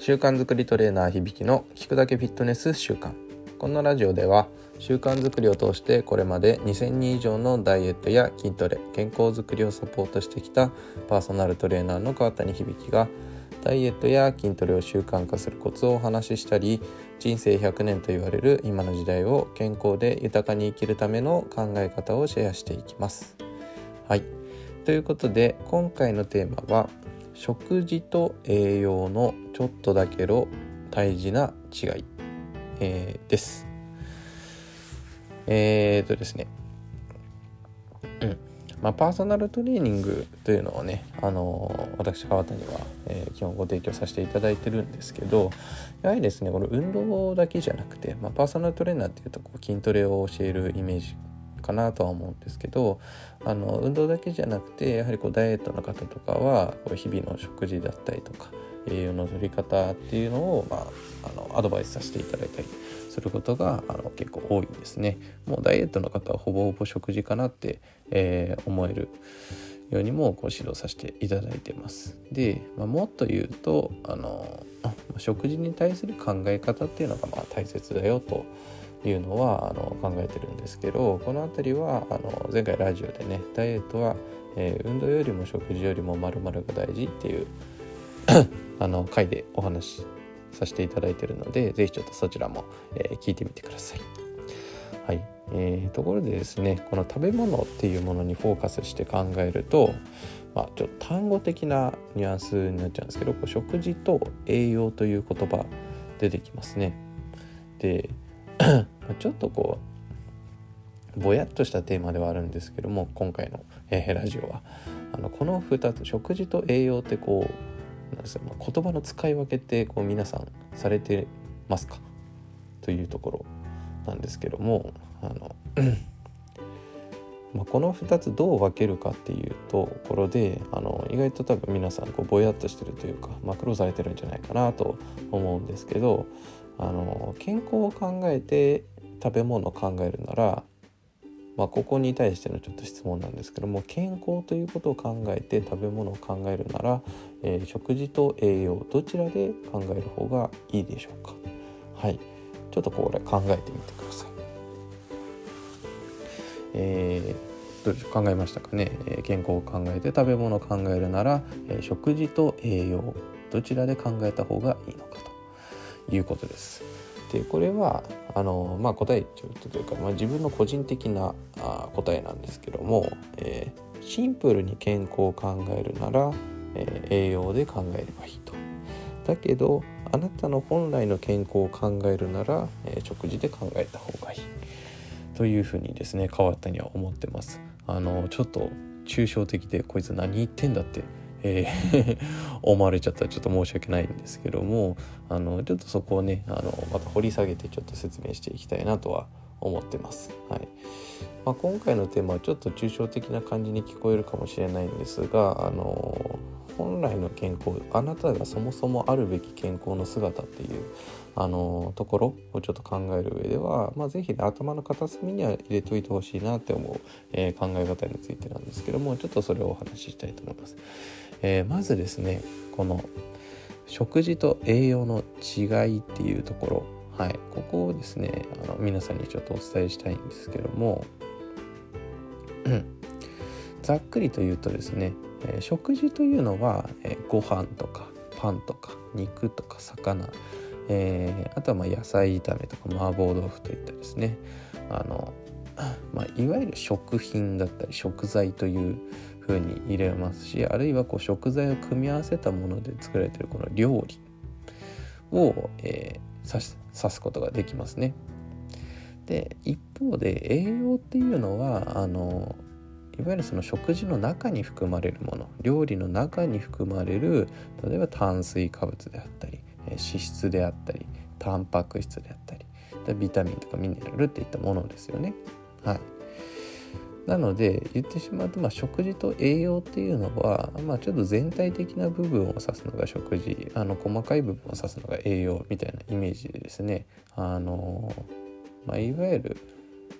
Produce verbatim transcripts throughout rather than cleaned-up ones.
習慣作りトレーナー響の聞くだけフィットネス習慣。このラジオでは習慣作りを通してこれまでにせんにん以上のダイエットや筋トレ、健康づくりをサポートしてきたパーソナルトレーナーの川谷響がダイエットや筋トレを習慣化するコツをお話ししたり、人生ひゃくねんと言われる今の時代を健康で豊かに生きるための考え方をシェアしていきます。はい、ということで今回のテーマは食事と栄養のちょっとだけど大事な違い、えー、です。えーとですね、うんまあ、パーソナルトレーニングというのをね、あのー、私川谷は、えー、基本ご提供させていただいてるんですけど、やはりですね、この運動だけじゃなくて、まあ、パーソナルトレーナーっていうとこう筋トレを教えるイメージかなとは思うんですけど、あの運動だけじゃなくてやはりこうダイエットの方とかはこう日々の食事だったりとか栄養の取り方っていうのを、まあ、あのアドバイスさせていただいたりすることがあの結構多いんですね。もうダイエットの方はほぼほぼ食事かなって、えー、思えるようにもこう指導させていただいてます。で、まあ、もっと言うとあの食事に対する考え方っていうのがまあ大切だよというのはあの考えてるんですけど、このあたりはあの前回ラジオでね、ダイエットは、えー、運動よりも食事よりも〇〇が大事っていうあの回でお話しさせていただいているので、ぜひちょっとそちらも、えー、聞いてみてください。はい、えー、ところでですね、この食べ物っていうものにフォーカスして考えると、まあ、ちょっと単語的なニュアンスになっちゃうんですけど、こう食事と栄養という言葉出てきますね。でちょっとこうぼやっとしたテーマではあるんですけども、今回の、えー、ラジオはあのこのふたつ、食事と栄養ってこうなんですか、言葉の使い分けってこう皆さんされてますかというところなんですけども、あのまあ、このふたつどう分けるかっていうところで、あの意外と多分皆さんこうぼやっとしてるというか、まあ、苦労されてるんじゃないかなと思うんですけど、あの健康を考えて食べ物を考えるなら、まあ、ここに対してのちょっと質問なんですけども、健康ということを考えて食べ物を考えるなら、えー、食事と栄養どちらで考える方がいいでしょうか。はい、ちょっとこれ考えてみてください。えー、どうでしょう、考えましたかね。えー、健康を考えて食べ物を考えるなら、えー、食事と栄養どちらで考えた方がいいのかということです。でこれはあの、まあ、答えというか、まあ、自分の個人的なあ答えなんですけども、えー、シンプルに健康を考えるなら、えー、栄養で考えればいいと。だけどあなたの本来の健康を考えるなら、えー、食事で考えた方がいいというふうにですね、川谷は思ってます。あのちょっと抽象的でこいつ何言ってんだってえー、思われちゃったらちょっと申し訳ないんですけども、あのちょっとそこをね、あのまた掘り下げてちょっと説明していきたいなとは思ってます。はい。まあ、今回のテーマはちょっと抽象的な感じに聞こえるかもしれないんですが、あの本来の健康、あなたがそもそもあるべき健康の姿っていうあのところをちょっと考える上では、まあ、ぜひ、ね、頭の片隅には入れておいてほしいなって思う、えー、考え方についてなんですけども、ちょっとそれをお話ししたいと思います。えー、まずですね、この食事と栄養の違いっていうところ、はい、ここをですね、あの皆さんにちょっとお伝えしたいんですけども、ざっくりと言うとですね、えー、食事というのは、えー、ご飯とかパンとか肉とか魚、えー、あとはまあ野菜炒めとか麻婆豆腐といったですね、あの、まあ、いわゆる食品だったり食材という風に入れますし、あるいはこう食材を組み合わせたもので作られているこの料理を、えー、指す、指すことができますね。で一方で栄養っていうのはあのいわゆるその食事の中に含まれるもの、料理の中に含まれる、例えば炭水化物であったり脂質であったりタンパク質であったりビタミンとかミネラルっていったものですよね。はい。なので言ってしまうと、まあ、食事と栄養っていうのは、まあ、ちょっと全体的な部分を指すのが食事、あの細かい部分を指すのが栄養みたいなイメージでですね、あの、まあ、いわゆる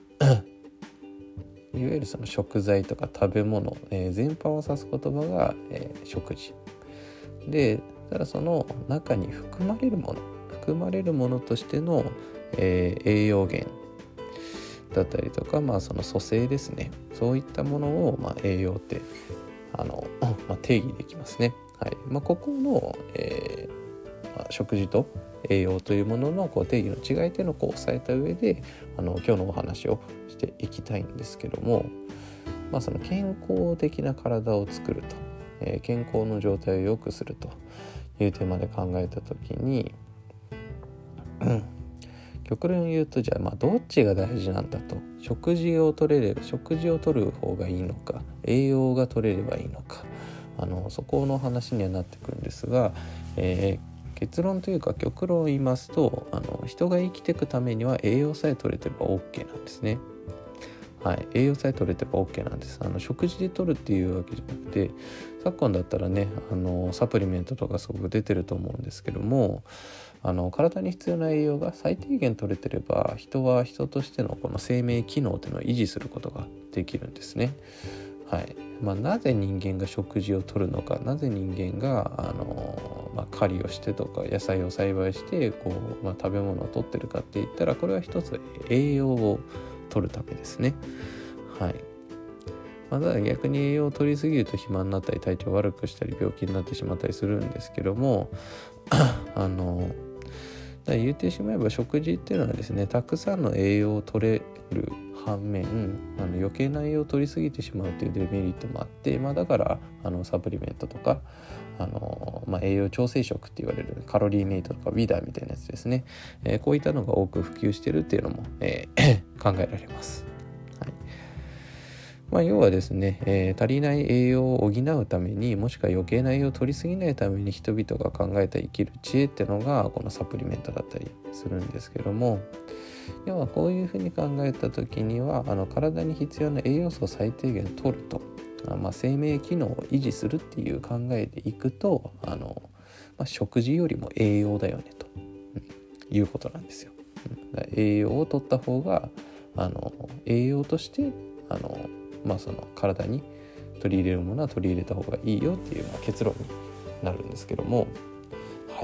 いわゆるその食材とか食べ物、えー、全般を指す言葉が、えー、食事で、 ただその中に含まれるもの含まれるものとしての、えー、栄養源だったりとか、まあその組成ですね、そういったものを、まあ、栄養ってあの、まあ、定義できますね。はい。まあ、ここの、えーまあ、食事と栄養というもののこう定義の違いというのをこう押さえた上であの今日のお話をしていきたいんですけども、まあ、その健康的な体を作ると、えー、健康の状態を良くするというテーマで考えた時に、極論言うと、じゃあまあどっちが大事なんだと、食事を取れれば食事を取る方がいいのか、栄養が取れればいいのか、あのそこの話にはなってくるんですが、えー、結論というか極論を言いますと、あの人が生きていくためには栄養さえ取れてれば OK なんですね。はい、栄養さえ取れてれば OK なんです。あの食事で取るっていうわけじゃなくて、昨今だったらね、あのサプリメントとかすごく出てると思うんですけども、あの体に必要な栄養が最低限取れてれば、人は人としてのこの生命機能というのを維持することができるんですね。はい。まあ、なぜ人間が食事を取るのか、なぜ人間があの、まあ、狩りをしてとか野菜を栽培してこう、まあ、食べ物を取ってるかって言ったら、これは一つ栄養を取るためですね。はい。まあ、ただ逆に栄養を取りすぎると肥満になったり体調を悪くしたり病気になってしまったりするんですけどもあのだ言ってしまえば食事っていうのはですね、たくさんの栄養を取れる反面、あの余計な栄養を取りすぎてしまうというデメリットもあって、まあ、だからあのサプリメントとかあの、まあ、栄養調整食って言われるカロリーメイトとかビダーみたいなやつですね、えー、こういったのが多く普及してるっていうのも、えー、考えられます。はい。まあ、要はですね、えー、足りない栄養を補うために、もしくは余計な栄養を取りすぎないために人々が考えた生きる知恵っていうのがこのサプリメントだったりするんですけども、要はこういうふうに考えた時には、あの体に必要な栄養素を最低限取ると、まあ、生命機能を維持するっていう考えでいくと、あの、まあ、食事よりも栄養だよねと、うん、いうことなんですよ。うん、だから栄養を取った方があの栄養としてあのまあその体に取り入れるものは取り入れた方がいいよっていう、まあ、結論になるんですけども、はい。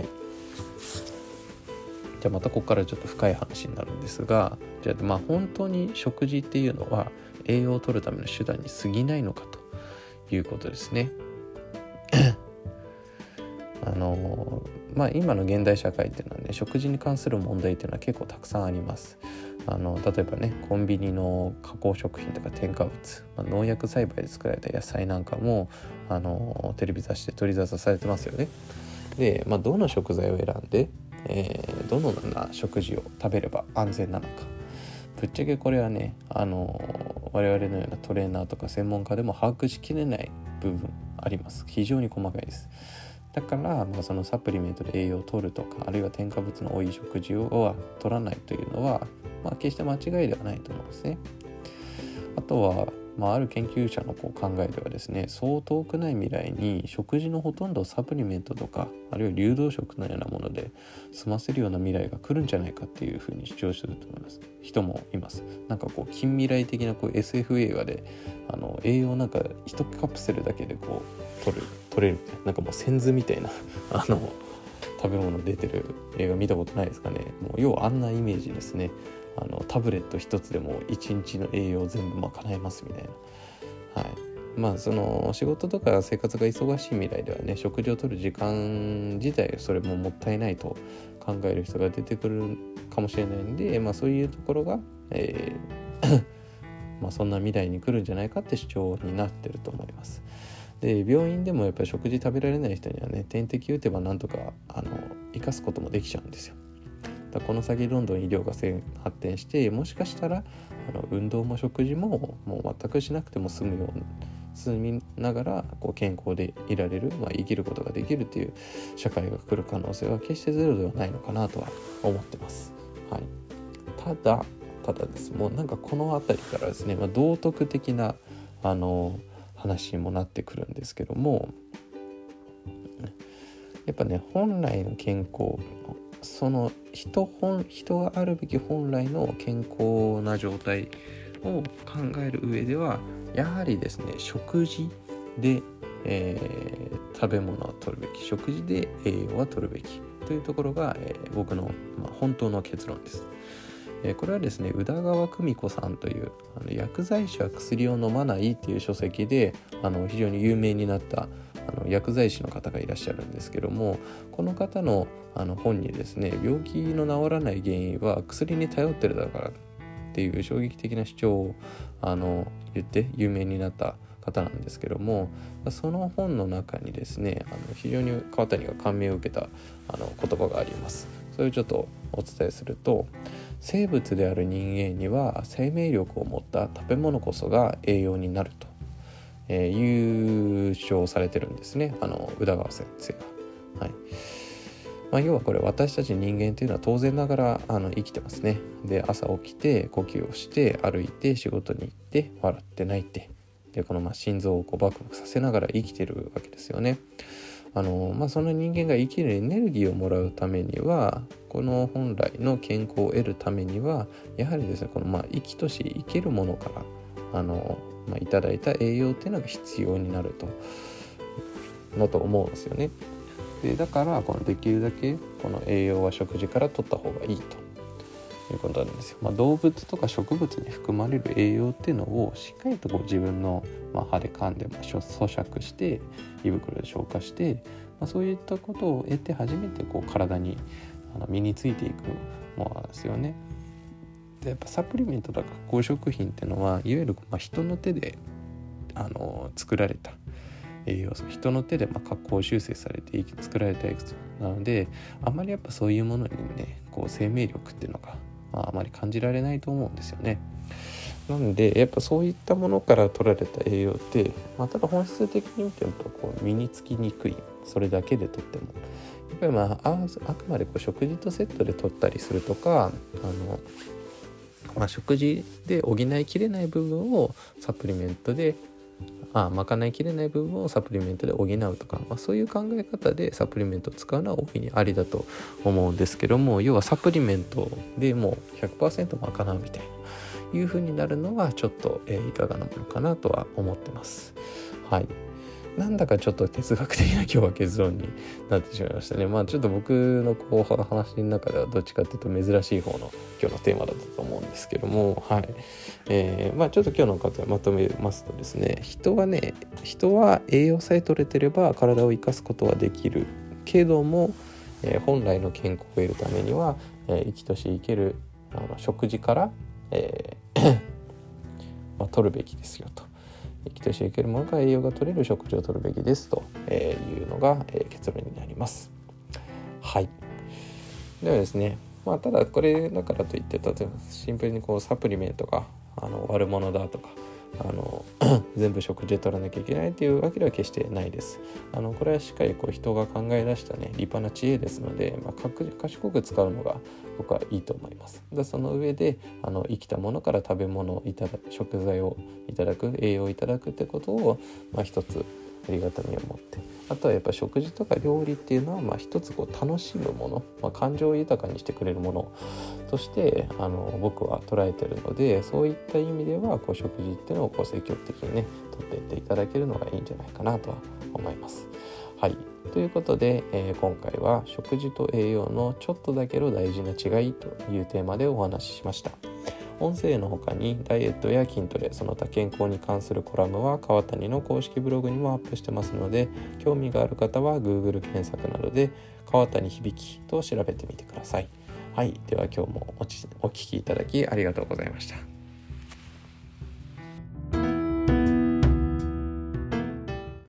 じゃあまたここからちょっと深い話になるんですが、じゃあまあ本当に食事っていうのは栄養を取るための手段に過ぎないのかということですね。あのまあ今の現代社会っていうのはね、食事に関する問題っていうのは結構たくさんあります。あの例えばね、コンビニの加工食品とか添加物、まあ、農薬栽培で作られた野菜なんかもあのテレビ雑誌で取り沙汰されてますよね。で、まあ、どの食材を選んで、えー、どのような食事を食べれば安全なのか、ぶっちゃけこれはね、あの我々のようなトレーナーとか専門家でも把握しきれない部分あります。非常に細かいです。だから、まあ、そのサプリメントで栄養を取るとか、あるいは添加物の多い食事を取らないというのは、まあ、決して間違いではないと思うんですね。あとは、まあ、ある研究者のこう考えではですね、そう遠くない未来に食事のほとんどをサプリメントとか、あるいは流動食のようなもので済ませるような未来が来るんじゃないかっていうふうに主張すると思います人もいます。なんかこう近未来的なこう エスエフ 映画であの栄養なんか一カプセルだけでこう取る取れるみたいな、なんかもう仙豆みたいなあの食べ物出てる映画見たことないですかね。もう要はあんなイメージですね。あのタブレット一つでも一日の栄養全部賄えますみたいな。はい。まあその仕事とか生活が忙しい未来ではね、食事をとる時間自体それももったいないと考える人が出てくるかもしれないんで、まあそういうところが、えー、まあそんな未来に来るんじゃないかって主張になってると思います。で、病院でもやっぱり食事食べられない人にはね、点滴打てばなんとかあの生かすこともできちゃうんですよ。だこの先どんどん医療が発展して、もしかしたらあの運動も食事ももう全くしなくても済むように済みながらこう健康でいられる、まあ、生きることができるっていう社会が来る可能性は決してゼロではないのかなとは思ってます。はい、ただただですもうなんかこの辺りからですね、まあ、道徳的なあの話にもなってくるんですけども、やっぱね、本来の健康、その人本人があるべき本来の健康な状態を考える上では、やはりですね、食事でえー、食べ物は取るべき、食事で栄養は取るべきというところが、えー、僕の、まあ、本当の結論です。えー、これはですね、宇田川久美子さんというあの薬剤師は薬を飲まないっていう書籍であの非常に有名になったあの薬剤師の方がいらっしゃるんですけども、この方のあの本にですね、病気の治らない原因は薬に頼ってるだからっていう衝撃的な主張をあの言って有名になった方なんですけども、その本の中にですね、あの非常に川谷が感銘を受けたあの言葉があります。それをちょっとお伝えすると、生物である人間には生命力を持った食べ物こそが栄養になると、えー、いう主張をされてるんですね、あの宇田川先生が。はい、まあ、要はこれ私たち人間というのは当然ながらあの生きてますね。で、朝起きて呼吸をして歩いて仕事に行って笑って泣いて、でこのまあ心臓をこうバクバクさせながら生きてるわけですよね。あのまあ、その人間が生きるエネルギーをもらうためには、この本来の健康を得るためにはやはりですね、このまあ生きとし生けるものからあの、まあ、いただいた栄養っていうのが必要になるとのと思うんですよね。でだからこのできるだけこの栄養は食事から取った方がいいということなんですよ。まあ、動物とか植物に含まれる栄養っていうのをしっかりとこう自分の、まあ、歯で噛んで、まあ、咀嚼して胃袋で消化して、まあ、そういったことを得て初めてこう体にあの身についていくものなんですよね。でやっぱサプリメントとか加工食品っていうのはいわゆるまあ人の手であの作られた栄養素、人の手でまあ加工修正されて作られたやつなので、あまりやっぱそういうものにねこう生命力っていうのが、まあ、あまり感じられないと思うんですよね。なのでやっぱそういったものから取られた栄養って、まあ、ただ本質的に見てるとこう身につきにくい、それだけでとってもやっぱりまあ あ, あくまでこう食事とセットで取ったりするとか、あの、まあ、食事で補いきれない部分をサプリメントでまあ、賄いきれない部分をサプリメントで補うとか、まあ、そういう考え方でサプリメントを使うのは大いにありだと思うんですけども、要はサプリメントでもう ひゃくパーセント 賄うみたいないう風になるのはちょっと、えー、いかがなものかなとは思ってます。はい、なんだかちょっと哲学的な今日は結論になってしまいましたね。まあちょっと僕のこう話の中ではどっちかっていうと珍しい方の今日のテーマだったと思うんですけども、はい、えー、まあちょっと今日の方まとめますとですね、人はね人は栄養さえ取れてれば体を生かすことはできるけども、えー、本来の健康を得るためには、えー、生きとし生けるあの食事から、えーまあ、取るべきですよと。生きとし生けるものから栄養が取れる食事を取るべきですというのが結論になります。はい。ではですね、まあただこれだからといって例えばシンプルにこうサプリメントがあの悪者だとかあの全部食事で取らなきゃいけないというわけでは決してないです。あのこれはしっかりこう人が考え出したね立派な知恵ですので、まあ、賢く使うのが僕はいいと思います。でその上であの生きたものから食べ物をいただく、食材をいただく、栄養をいただくってことを、まあ、一つありがたみを持って、あとはやっぱ食事とか料理っていうのはまあ一つこう楽しむもの、まあ、感情を豊かにしてくれるものとしてあの僕は捉えているので、そういった意味ではこう食事っていうのをこう積極的にね取っていっていただけるのがいいんじゃないかなとは思います。はい、ということで、えー、今回は食事と栄養のちょっとだけの大事な違いというテーマでお話ししました。音声の他にダイエットや筋トレ、その他健康に関するコラムは川谷の公式ブログにもアップしてますので、興味がある方は Google 検索などで川谷響と調べてみてください。はい、では今日もお聞きいただきありがとうございました。